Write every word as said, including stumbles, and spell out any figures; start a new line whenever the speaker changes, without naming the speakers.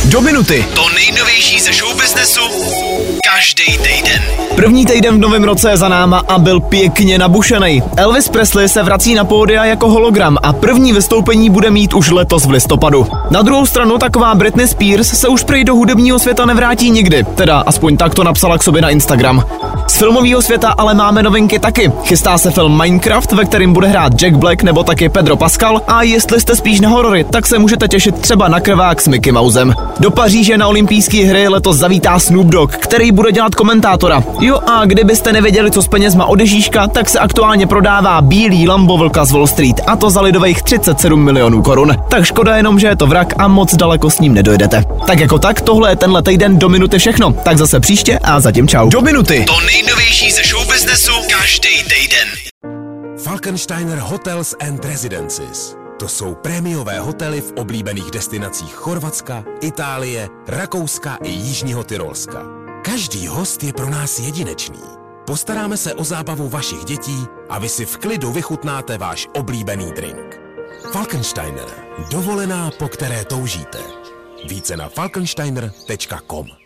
Do minuty.
To nejnovější ze showbiznesu každý týden.
První týden v novém roce je za náma a byl pěkně nabušenej. Elvis Presley se vrací na pódia jako hologram a první vystoupení bude mít už letos v listopadu. Na druhou stranu taková Britney Spears se už prej do hudebního světa nevrátí nikdy, teda aspoň tak to napsala k sobě na Instagram. Z filmového světa ale máme novinky taky. Chystá se film Minecraft, ve kterém bude hrát Jack Black nebo taky Pedro Pascal, a jestli jste spíš na horory, tak se můžete těšit třeba na krvák s Mickey Mousem. Do Paříže na olympijské hry letos zavítá Snoop Dogg, který bude dělat komentátora. Jo, a kdybyste nevěděli, co s penězma od Ježíška, tak se aktuálně prodává bílý Lambo vlka z Wall Street, a to za lidových třicet sedm milionů korun. Tak škoda jenom, že je to vrak a moc daleko s ním nedojdete. Tak jako tak, tohle je tenhle týden do minuty všechno. Tak zase příště a zatím čau.
Do minuty. To nejnovější ze showbiznesu každý týden.
Falkensteiner Hotels and Residences. To jsou prémiové hotely v oblíbených destinacích Chorvatska, Itálie, Rakouska i Jižního Tyrolska. Každý host je pro nás jedinečný. Postaráme se o zábavu vašich dětí a vy si v klidu vychutnáte váš oblíbený drink. Falkensteiner. Dovolená, po které toužíte. Více na falkensteiner tečka com.